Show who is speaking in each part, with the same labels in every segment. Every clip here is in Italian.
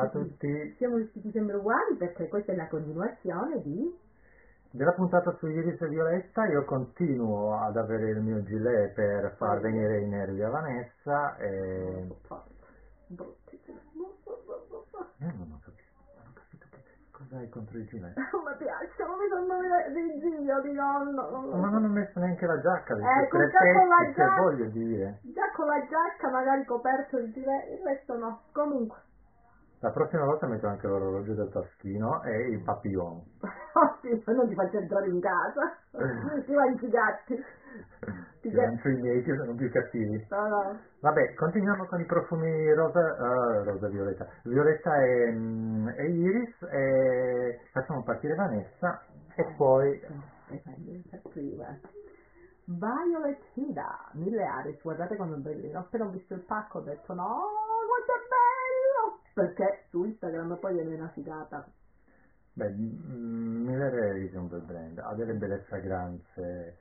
Speaker 1: a tutti.
Speaker 2: Siamo vestiti sempre uguali perché questa è la continuazione
Speaker 1: della puntata su Iris e Violetta. Io continuo ad avere il mio gilet per far venire i nervi a Vanessa e... Io non ho capito che cosa hai contro il gilet.
Speaker 2: Non mi piacciono, mi sono rigiro di nonno.
Speaker 1: Ma non ho messo neanche la giacca,
Speaker 2: Già con la giacca,
Speaker 1: voglio dire.
Speaker 2: già con la giacca magari coperto il gilet, il resto no. Comunque.
Speaker 1: La prossima volta metto anche l'orologio del taschino e il papillon.
Speaker 2: Non ti faccio entrare in casa. Ti mangi i gatti.
Speaker 1: Ti lancio i miei che sono più cattivi.
Speaker 2: No.
Speaker 1: Vabbè, continuiamo con i profumi rosa violetta. Violetta e Iris e facciamo partire Vanessa e poi...
Speaker 2: Violet Hida, 1000 Aris, guardate quando è bellino. Appena ho visto il pacco ho detto no, quanto è bello! Perché su Instagram poi viene una figata.
Speaker 1: Beh, Miller Harris è un bel brand, ha delle belle fragranze.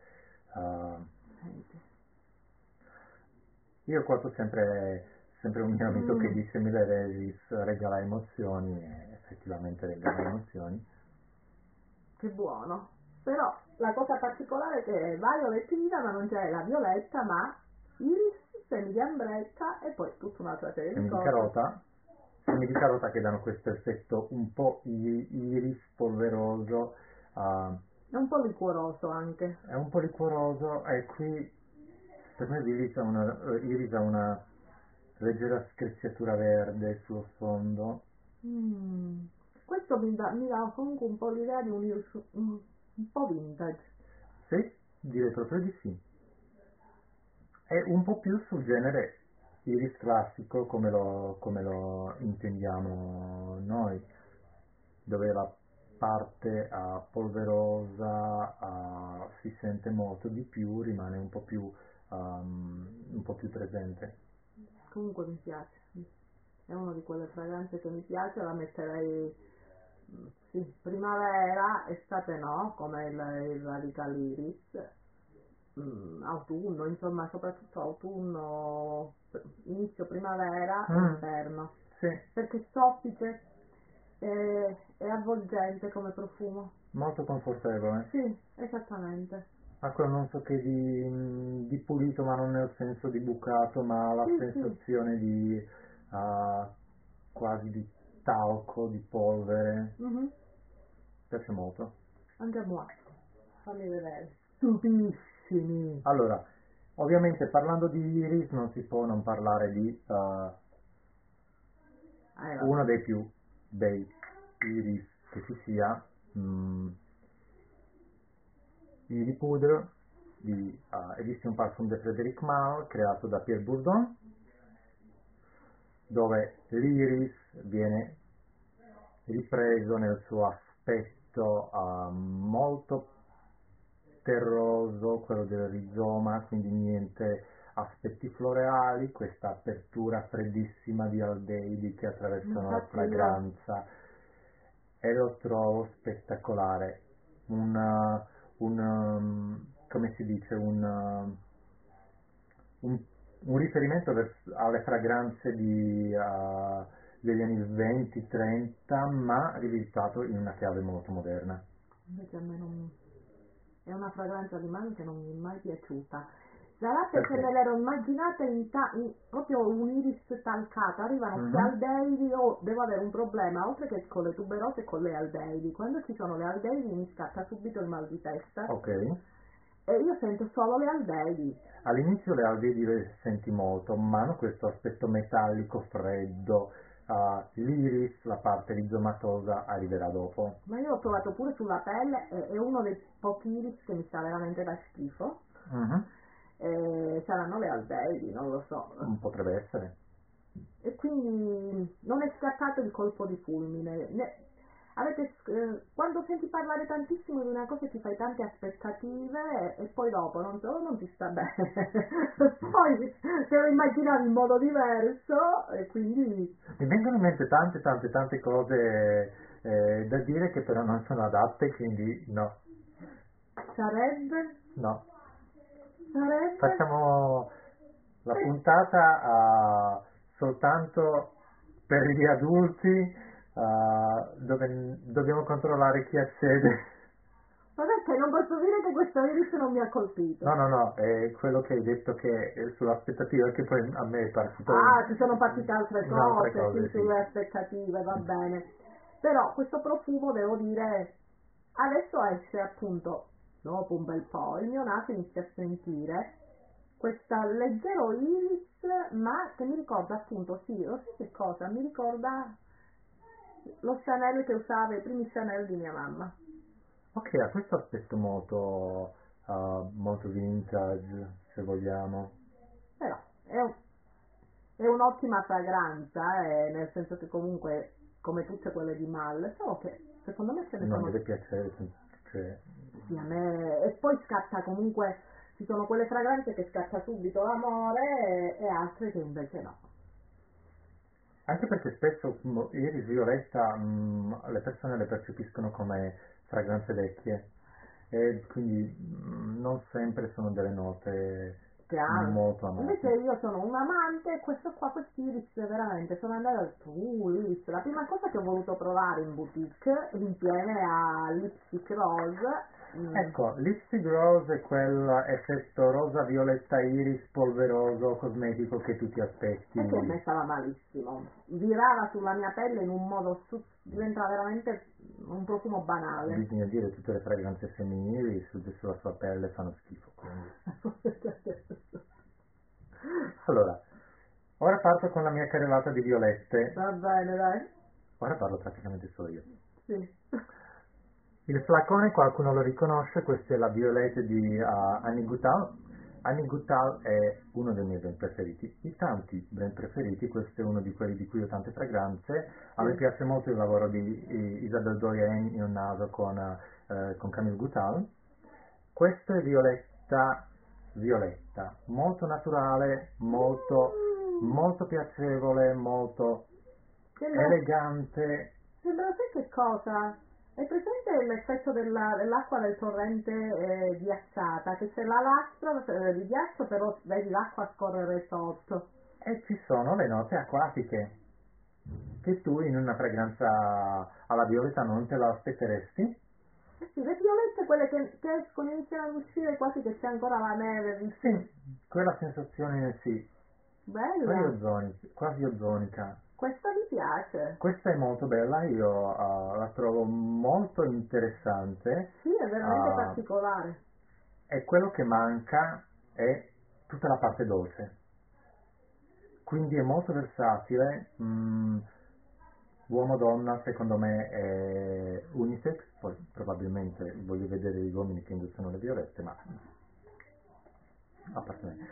Speaker 1: Io quoto sempre un mio amico che dice Miller Harris regala emozioni e effettivamente regala emozioni.
Speaker 2: Che buono. Però la cosa particolare è che Violet Hida, ma non c'è la violetta, ma Iris, semi di ambretta e poi tutta un'altra serie di cose.
Speaker 1: Semi di carota che danno questo effetto un po' iris polveroso.
Speaker 2: È un po' liquoroso anche.
Speaker 1: È un po' liquoroso e qui per me Iris ha una leggera screziatura verde sullo sfondo.
Speaker 2: Questo mi dà comunque un po' l'idea di un Iris un po' vintage.
Speaker 1: Sì, direi proprio di sì. È un po' più sul genere Iris classico come lo intendiamo noi, dove la parte polverosa si sente molto di più, rimane un po' più presente.
Speaker 2: Comunque mi piace, è una di quelle fragranze che mi piace, la metterei sì, primavera, estate no, come il Radical Iris, autunno, insomma soprattutto autunno, inizio primavera, inverno,
Speaker 1: sì.
Speaker 2: perché è soffice e avvolgente come profumo.
Speaker 1: Molto confortevole.
Speaker 2: Sì, esattamente.
Speaker 1: Ha quel non so che di pulito, ma non nel senso di bucato, ma la sensazione di quasi di talco, di polvere. Piace molto.
Speaker 2: Anche a me. Fammi vedere. Stupissimi.
Speaker 1: Allora, ovviamente parlando di Iris non si può non parlare di uno dei più bei Iris che ci sia, Iris Poudre di Edition Parfum de Frédéric Malle, creato da Pierre Bourdon, dove l'iris viene ripreso nel suo aspetto molto terroso, quello del rizoma, quindi niente aspetti floreali, questa apertura freddissima di aldeidi che attraversano la fragranza, e lo trovo spettacolare. Come si dice, un riferimento alle fragranze degli anni 20-30, ma rivisitato in una chiave molto moderna.
Speaker 2: Invece a me non... è una fragranza di mano che non mi è mai piaciuta. Sarà perché me l'ero immaginata proprio un iris talcata, arrivano questi aldeidi, devo avere un problema, oltre che con le tuberose e con le aldeidi. Quando ci sono le aldeidi mi scatta subito il mal di testa.
Speaker 1: Ok.
Speaker 2: E io sento solo le aldeidi.
Speaker 1: All'inizio le aldeidi le senti molto, ma hanno questo aspetto metallico, freddo. L'iris, la parte rizomatosa, arriverà dopo.
Speaker 2: Ma io l'ho provato pure sulla pelle, è uno dei pochi iris che mi sta veramente da schifo. Saranno le aldeidi, non lo so.
Speaker 1: Potrebbe essere.
Speaker 2: E quindi non è scattato il colpo di fulmine. Quando senti parlare tantissimo di una cosa ti fai tante aspettative e poi dopo non ti sta bene. Poi te lo immaginavi in modo diverso e quindi...
Speaker 1: Mi vengono in mente tante cose da dire che però non sono adatte, quindi no.
Speaker 2: Sarebbe?
Speaker 1: No.
Speaker 2: Sarebbe?
Speaker 1: Facciamo la puntata soltanto per gli adulti, dove dobbiamo controllare chi accede.
Speaker 2: Ma perché non posso dire che questo iris non mi ha colpito?
Speaker 1: No, è quello che hai detto che è sull'aspettativa che poi a me è partito
Speaker 2: Ci sono partite altre cose, sì,
Speaker 1: sì.
Speaker 2: sulle aspettative, va bene. Però questo profumo, devo dire, adesso esce appunto, dopo un bel po', il mio naso inizia a sentire questa leggero iris, ma che mi ricorda appunto, sì, lo sai che cosa? Mi ricorda lo Chanel che usava, i primi Chanel di mia mamma.
Speaker 1: Ok, ha questo aspetto molto vintage, se vogliamo.
Speaker 2: Però è un'ottima fragranza, nel senso che comunque, come tutte quelle di Mal, solo che secondo me ce ne
Speaker 1: Non
Speaker 2: sono.
Speaker 1: deve piacere, cioè,
Speaker 2: Sì, a me. E poi scatta comunque, ci sono quelle fragranze che scatta subito l'amore e altre che invece no.
Speaker 1: anche perché spesso iris violetta le persone le percepiscono come fragranze vecchie e quindi non sempre sono delle note
Speaker 2: Chiaro.
Speaker 1: molto
Speaker 2: Invece
Speaker 1: amate.
Speaker 2: io sono un amante, questo qua, quest'iris veramente, sono andata al iris, la prima cosa che ho voluto provare in boutique insieme a Lipstick Rose.
Speaker 1: Ecco, Lipstick Rose è quell'effetto rosa violetta iris polveroso cosmetico che tu ti aspetti.
Speaker 2: E che a me stava malissimo, virava sulla mia pelle in un modo, diventava veramente un profumo banale.
Speaker 1: Bisogna dire che tutte le fragranze femminili sulla sua pelle fanno schifo. Quindi. Allora, ora parto con la mia carrellata di violette.
Speaker 2: Va bene, dai.
Speaker 1: Ora parlo praticamente solo io.
Speaker 2: Sì.
Speaker 1: Il flacone qualcuno lo riconosce, questa è la Violette di Annie Goutal. Annie Goutal è uno dei miei brand preferiti, di tanti brand preferiti, questo è uno di quelli di cui ho tante fragranze. A me
Speaker 2: Sì.
Speaker 1: piace molto il lavoro di Isabelle Doyen in un naso con Camille Goutal. Questo è violetta, molto naturale, molto piacevole, molto
Speaker 2: Sembra,
Speaker 1: elegante.
Speaker 2: sembra sai che cosa? È presente l'effetto dell'acqua del torrente ghiacciata, che c'è la lastra di ghiaccio, però vedi l'acqua scorrere sotto.
Speaker 1: E ci sono le note acquatiche che tu in una fragranza alla violetta non te la aspetteresti.
Speaker 2: Eh sì, le violette, quelle che escono, iniziano ad uscire quasi che c'è ancora la neve vicino.
Speaker 1: Sì, quella sensazione sì,
Speaker 2: Bella,
Speaker 1: quasi ozonica.
Speaker 2: questa mi piace.
Speaker 1: Questa è molto bella, io la trovo molto interessante
Speaker 2: Sì, è veramente particolare.
Speaker 1: e quello che manca è tutta la parte dolce. Quindi è molto versatile, uomo-donna secondo me è unisex, poi probabilmente voglio vedere gli uomini che indossano le violette, ma a parte me.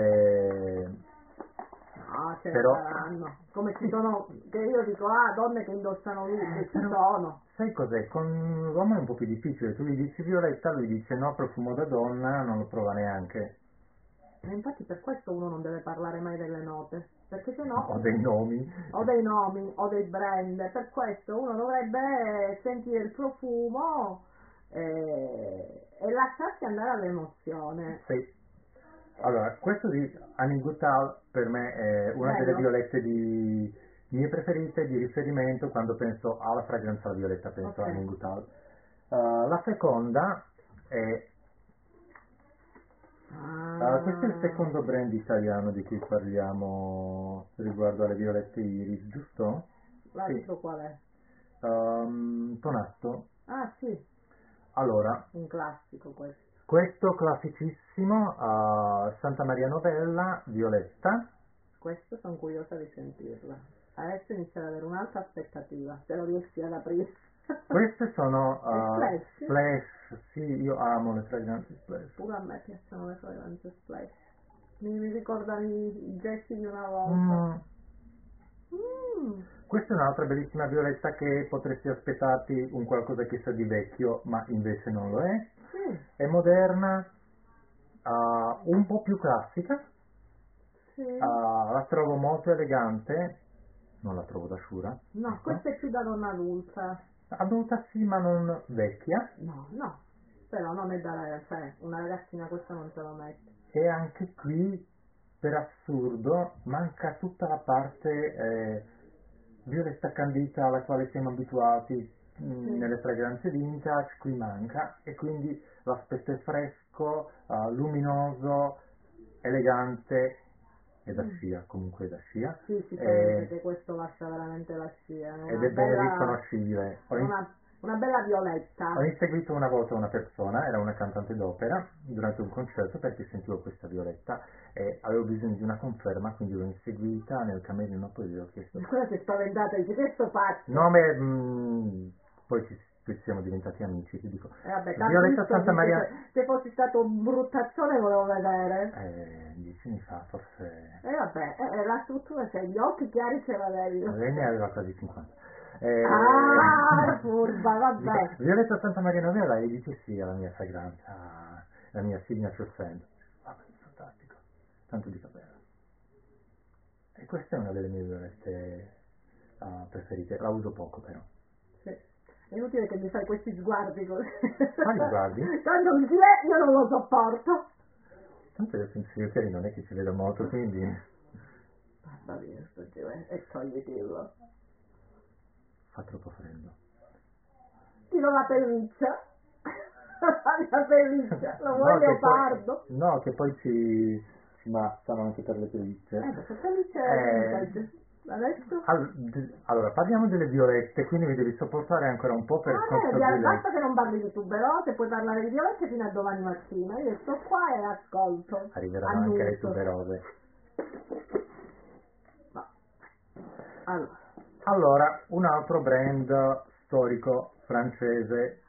Speaker 2: No, ce ne
Speaker 1: Però,
Speaker 2: saranno. Come ci
Speaker 1: sì,
Speaker 2: sono, che io dico, donne che indossano luce, ci
Speaker 1: però,
Speaker 2: sono.
Speaker 1: sai cos'è? Con l'uomo è un po' più difficile, tu gli dici violetta, lui dice no, profumo da donna, non lo prova neanche.
Speaker 2: E infatti per questo uno non deve parlare mai delle note, perché sennò
Speaker 1: Ho dei nomi.
Speaker 2: o dei nomi o dei brand, per questo uno dovrebbe sentire il profumo e lasciarsi andare all'emozione.
Speaker 1: Sì. Allora, questo di Annie Goutal per me è una delle
Speaker 2: Bello?
Speaker 1: violette mie preferite di riferimento quando penso alla fragranza alla violetta, penso a
Speaker 2: Ok.
Speaker 1: Annie Goutal. La seconda è, questo è il
Speaker 2: Ah,
Speaker 1: secondo brand italiano di cui parliamo riguardo alle violette iris, giusto? Sì.
Speaker 2: l'altro qual è?
Speaker 1: Tonatto.
Speaker 2: Ah sì,
Speaker 1: Allora,
Speaker 2: un classico questo.
Speaker 1: questo classicissimo, Santa Maria Novella, violetta.
Speaker 2: Questo sono curiosa di sentirla. Adesso inizio ad avere un'altra aspettativa, se lo riesci ad aprire.
Speaker 1: Queste sono
Speaker 2: È splash?
Speaker 1: splash, sì, io amo le fragranze splash.
Speaker 2: Pure a me piacciono le fragranze splash. Mi ricordano i gesti di una volta.
Speaker 1: Mm,
Speaker 2: Mm,
Speaker 1: questa è un'altra bellissima violetta che potresti aspettarti un qualcosa che sa di vecchio, ma invece non lo è.
Speaker 2: sì,
Speaker 1: È moderna, un po' più classica,
Speaker 2: sì.
Speaker 1: la trovo molto elegante, non la trovo da Shura,
Speaker 2: No,
Speaker 1: ecco.
Speaker 2: questa è più da donna adulta.
Speaker 1: Adulta sì, ma non vecchia.
Speaker 2: No, no. Però non è da, cioè, una ragazzina questa non se lo mette.
Speaker 1: E anche qui, per assurdo, manca tutta la parte violetta candita alla quale siamo abituati
Speaker 2: Sì.
Speaker 1: nelle fragranze vintage, qui manca, e quindi l'aspetto è fresco, luminoso, elegante e da scia, comunque da scia,
Speaker 2: Sì, si sente che questo lascia veramente la scia,
Speaker 1: ed è ben riconoscibile.
Speaker 2: una bella violetta.
Speaker 1: Ho inseguito una volta una persona, era una cantante d'opera, durante un concerto perché sentivo questa violetta e avevo bisogno di una conferma, quindi l'ho inseguita nel camerino, poi gli ho chiesto.
Speaker 2: Quella si è spaventata, dice che sto faccio?
Speaker 1: No, poi ci siamo diventati amici, ti dico.
Speaker 2: Vabbè,
Speaker 1: Violetta
Speaker 2: capisco,
Speaker 1: Santa
Speaker 2: dice,
Speaker 1: Maria...
Speaker 2: se fossi stato un bruttaccione volevo vedere.
Speaker 1: 10 anni fa, forse...
Speaker 2: E vabbè, la struttura c'è, gli occhi chiari ce l'avevo.
Speaker 1: Lei ne aveva quasi 50.
Speaker 2: Ah, furba, vabbè.
Speaker 1: Violetta Santa Maria Novella, e dice sì, è la mia fragranza, la mia signature scent. Vabbè, fantastico, tanto di capello. E questa è una delle mie violette preferite, la uso poco però.
Speaker 2: Sì. È inutile che mi fai questi sguardi così.
Speaker 1: Quali sguardi?
Speaker 2: Tanto il gie io non lo sopporto.
Speaker 1: Tanto io senza gli occhiali non è che ci vedo molto, quindi
Speaker 2: Basta via sto gie e toglitelo.
Speaker 1: fa troppo freddo.
Speaker 2: Tiro la pelliccia. La pelliccia, lo vuoi
Speaker 1: No, che
Speaker 2: leopardo?
Speaker 1: poi, no, che poi ci mazzano anche per le pellicce.
Speaker 2: Questa pelliccia è vintage. Adesso?
Speaker 1: Allora, parliamo delle violette, quindi mi devi sopportare ancora un po' per costruire.
Speaker 2: Basta che non parli di tuberose, puoi parlare di violette fino a domani mattina. Io sto qua e ascolto.
Speaker 1: Arriveranno anche le tuberose.
Speaker 2: No.
Speaker 1: Allora, un altro brand storico francese,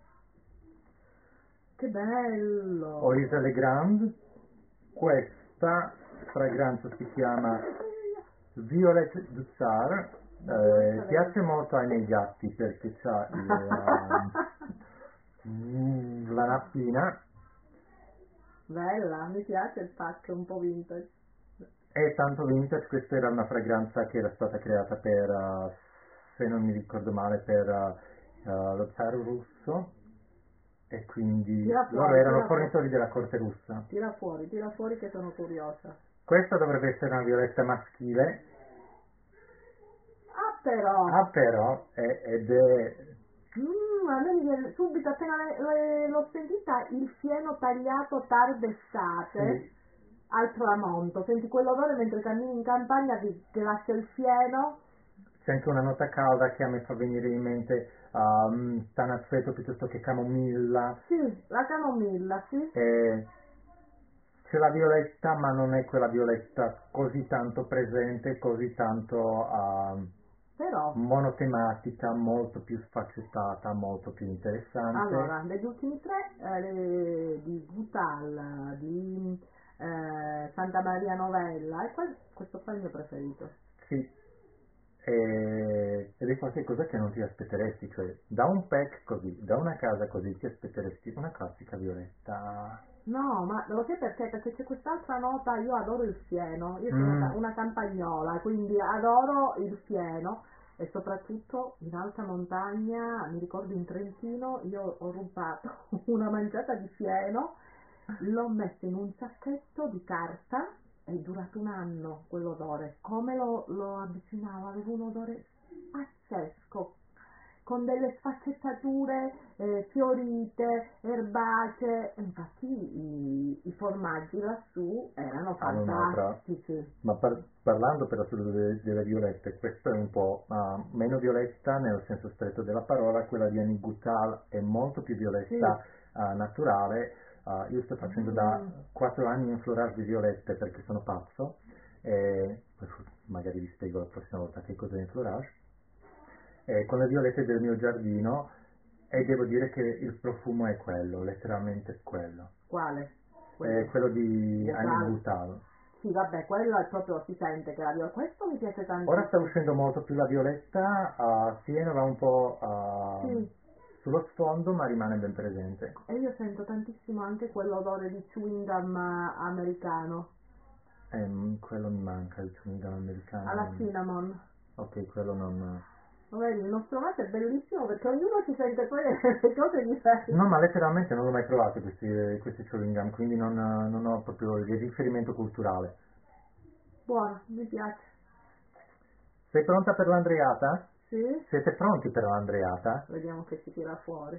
Speaker 2: Che bello!
Speaker 1: Oisa Le Grand. Questa fragranza si chiama Violette du Tsar. Piace molto ai miei gatti perché c'ha la nappina.
Speaker 2: Bella, mi piace il pack un po' vintage.
Speaker 1: È tanto vintage, questa era una fragranza che era stata creata per, se non mi ricordo male, per lo zar russo, e quindi loro erano fornitori della corte russa.
Speaker 2: Tira fuori che sono curiosa.
Speaker 1: Questa dovrebbe essere una violetta maschile.
Speaker 2: Ah
Speaker 1: però, ed è...
Speaker 2: a me mi viene subito, appena l'ho sentita, il fieno tagliato tarda estate.
Speaker 1: Sì.
Speaker 2: Al tramonto, senti quell'odore mentre cammini in campagna, ti lascia il fieno.
Speaker 1: C'è anche una nota calda che a me fa venire in mente tanazzeto piuttosto che camomilla.
Speaker 2: Sì, la camomilla, sì.
Speaker 1: C'è la violetta, ma non è quella violetta così tanto presente, così tanto
Speaker 2: Però,
Speaker 1: monotematica, molto più sfaccettata, molto più interessante.
Speaker 2: allora, degli ultimi tre, di Gutal, di Santa Maria Novella, e questo qua è il mio preferito.
Speaker 1: Sì, ed è qualcosa che non ti aspetteresti, cioè da un pack così, da una casa così, ti aspetteresti una classica violetta.
Speaker 2: No, ma lo sai perché? Perché c'è quest'altra nota, io adoro il fieno, io sono una campagnola, quindi adoro il fieno, e soprattutto in alta montagna, mi ricordo in Trentino, io ho rubato una manciata di fieno, l'ho messo in un sacchetto di carta, è durato un anno quell'odore, come lo avvicinavo, avevo un odore pazzesco, con delle sfaccettature fiorite, erbacee, infatti i formaggi lassù erano fantastici.
Speaker 1: Ma parlando però solo delle violette, questa è un po' meno violetta nel senso stretto della parola, quella di Annie Goutal è molto più violetta naturale. Io sto facendo da 4 anni un florage di violette perché sono pazzo, e magari vi spiego la prossima volta che cos'è un florage. Con le violette del mio giardino, e devo dire che il profumo è quello, letteralmente quello.
Speaker 2: Quale?
Speaker 1: Quello di Annie Goutal.
Speaker 2: Sì, vabbè, quello è proprio, si sente che la violetta, questo mi piace tantissimo.
Speaker 1: Ora sta uscendo molto più la violetta, Siena va un po' sullo sfondo, ma rimane ben presente.
Speaker 2: E io sento tantissimo anche quell'odore di chewing gum americano.
Speaker 1: Quello mi manca, il chewing gum americano.
Speaker 2: Alla cinnamon.
Speaker 1: Ok, quello non...
Speaker 2: Vedi, il nostro marchio è bellissimo perché ognuno si sente poi le cose diverse.
Speaker 1: No, ma letteralmente non l'ho mai provato questi chewing gum, quindi non ho proprio il riferimento culturale.
Speaker 2: Buono, mi piace.
Speaker 1: Sei pronta per l'andreata?
Speaker 2: Sì?
Speaker 1: Siete pronti per l'andreata?
Speaker 2: Vediamo che si tira fuori.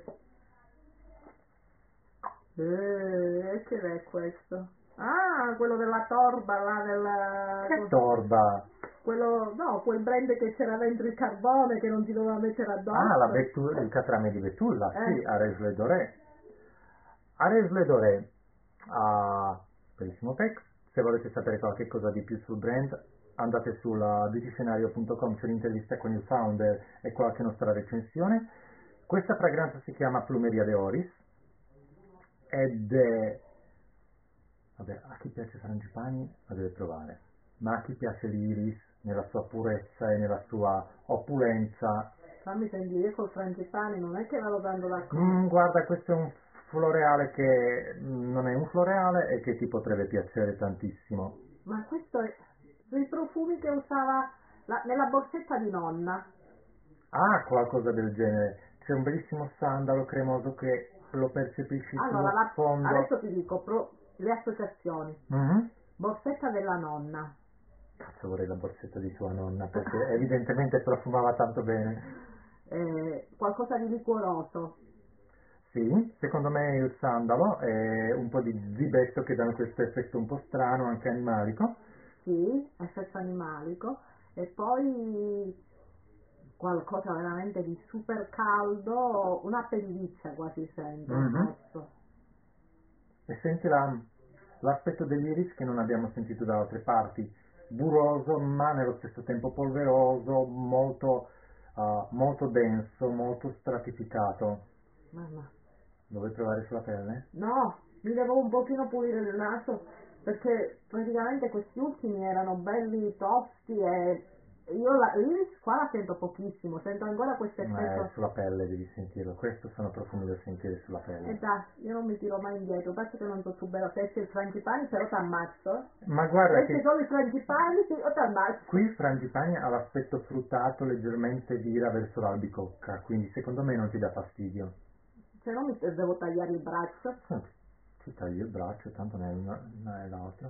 Speaker 2: Che è questo? Ah, quello della torba, là
Speaker 1: Che torba!
Speaker 2: quello, no, quel brand che c'era dentro il carbone che non si doveva mettere
Speaker 1: Ah,
Speaker 2: addosso.
Speaker 1: il catrame di Betulla, sì,
Speaker 2: Eh,
Speaker 1: Ares Le Doré. Ares Le Doré, bellissimo pack. Se volete sapere qualche cosa di più sul brand, andate sul beautyscenario.com, c'è l'intervista con il founder e qualche nostra recensione. Questa fragranza si chiama Plumeria de Oris ed è, vabbè, a chi piace Frangipani la deve provare, ma a chi piace l'Iris nella sua purezza e nella sua opulenza,
Speaker 2: fammi sentire, io col frangipani non è che vado dando d'accordo.
Speaker 1: guarda, questo è un floreale che non è un floreale e che ti potrebbe piacere tantissimo.
Speaker 2: Ma questo è dei profumi che usava nella borsetta di nonna.
Speaker 1: Ah, qualcosa del genere. C'è un bellissimo sandalo cremoso che lo percepisci
Speaker 2: Allora,
Speaker 1: sullo sfondo.
Speaker 2: adesso ti dico le associazioni.
Speaker 1: Mhm.
Speaker 2: Borsetta della nonna.
Speaker 1: Cazzo, vorrei la borsetta di tua nonna perché evidentemente profumava tanto bene.
Speaker 2: Qualcosa di liquoroso.
Speaker 1: Sì, secondo me il sandalo e un po' di zibetto che danno questo effetto un po' strano, anche animalico.
Speaker 2: Sì, effetto animalico. E poi qualcosa veramente di super caldo, una pelliccia quasi sento
Speaker 1: Mhm.
Speaker 2: addosso.
Speaker 1: E senti l'aspetto dell'iris che non abbiamo sentito da altre parti, buroso ma nello stesso tempo polveroso, molto denso, molto stratificato.
Speaker 2: Mamma.
Speaker 1: Lo vuoi provare sulla pelle?
Speaker 2: No, mi devo un pochino pulire il naso perché praticamente questi ultimi erano belli tosti e io l'iris qua la sento pochissimo, sento ancora questo effetto.
Speaker 1: Sulla pelle devi sentirlo, questi sono profumi da sentire sulla
Speaker 2: E
Speaker 1: pelle.
Speaker 2: dai, io non mi tiro mai indietro, penso che non so subito se esce il frangipani però t'ammazzo.
Speaker 1: Ma
Speaker 2: Se
Speaker 1: guarda
Speaker 2: esce
Speaker 1: che
Speaker 2: solo il frangipani sì, io t'ammazzo.
Speaker 1: qui il frangipane ha l'aspetto fruttato leggermente vira verso l'albicocca, quindi secondo me non ti dà fastidio.
Speaker 2: Se no mi devo tagliare il braccio.
Speaker 1: Senti, ti tagli il braccio, tanto ne hai una e l'altro.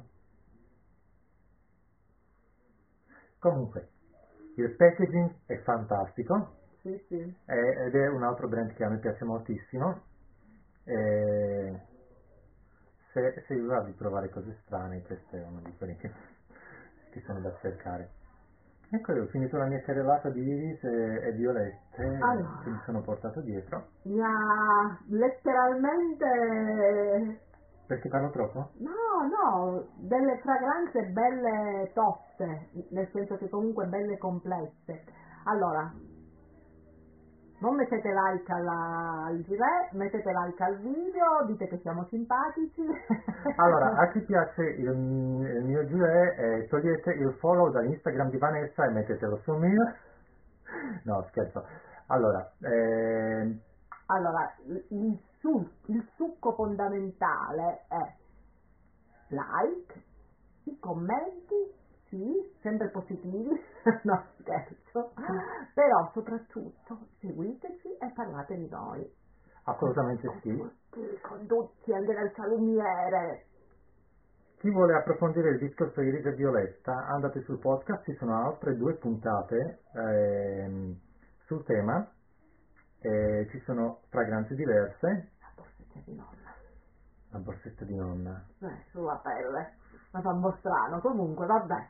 Speaker 1: Comunque, il packaging è fantastico
Speaker 2: Sì, sì.
Speaker 1: ed è un altro brand che a me piace moltissimo. E se va di provare cose strane, questo è uno di quelli che sono da cercare. Ecco, io ho finito la mia carrellata di iris e violette che mi
Speaker 2: Allora,
Speaker 1: sono portato dietro.
Speaker 2: mi ha letteralmente.
Speaker 1: Perché parlo troppo?
Speaker 2: No, no, delle fragranze belle toste, nel senso che comunque belle complesse. Allora, non mettete like al gilet, mettete like al video, dite che siamo simpatici.
Speaker 1: Allora, a chi piace il mio gilet, togliete il follow dall'Instagram di Vanessa e mettetelo sul mio. No, scherzo. Allora,
Speaker 2: Allora, il succo fondamentale è like, i commenti, sì, sempre positivi, no scherzo, però soprattutto seguiteci e parlate di noi.
Speaker 1: assolutamente sì.
Speaker 2: Con tutti, anche dal salumiere.
Speaker 1: Chi vuole approfondire il discorso iris e violetta, andate sul podcast, ci sono altre 2 puntate sul tema, ci sono fragranze diverse.
Speaker 2: La borsetta di nonna.
Speaker 1: La borsetta di nonna.
Speaker 2: Sulla pelle. Ma fa un po' strano, comunque vabbè.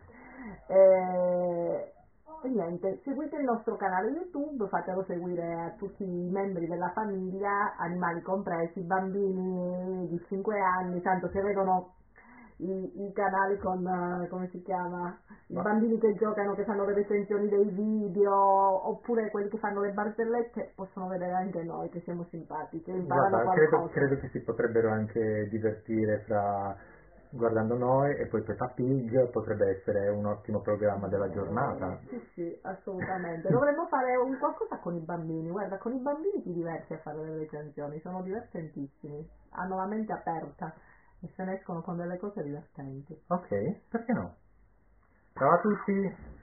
Speaker 2: E niente, seguite il nostro canale YouTube, fatelo seguire a tutti i membri della famiglia, animali compresi, bambini di 5 anni, tanto se vedono i canali con, come si chiama, i
Speaker 1: Ma
Speaker 2: bambini che giocano, che fanno le recensioni dei video, oppure quelli che fanno le barzellette, possono vedere anche noi che siamo simpatici, imparano
Speaker 1: guarda,
Speaker 2: qualcosa.
Speaker 1: credo che si potrebbero anche divertire guardando noi e poi Peppa Pig potrebbe essere un ottimo programma della giornata.
Speaker 2: Sì, sì, assolutamente. Dovremmo fare un qualcosa con i bambini. Guarda, con i bambini ti diverti a fare le recensioni, sono divertentissimi. Hanno la mente aperta e se ne escono con delle cose divertenti.
Speaker 1: Ok, perché no? Ciao a tutti!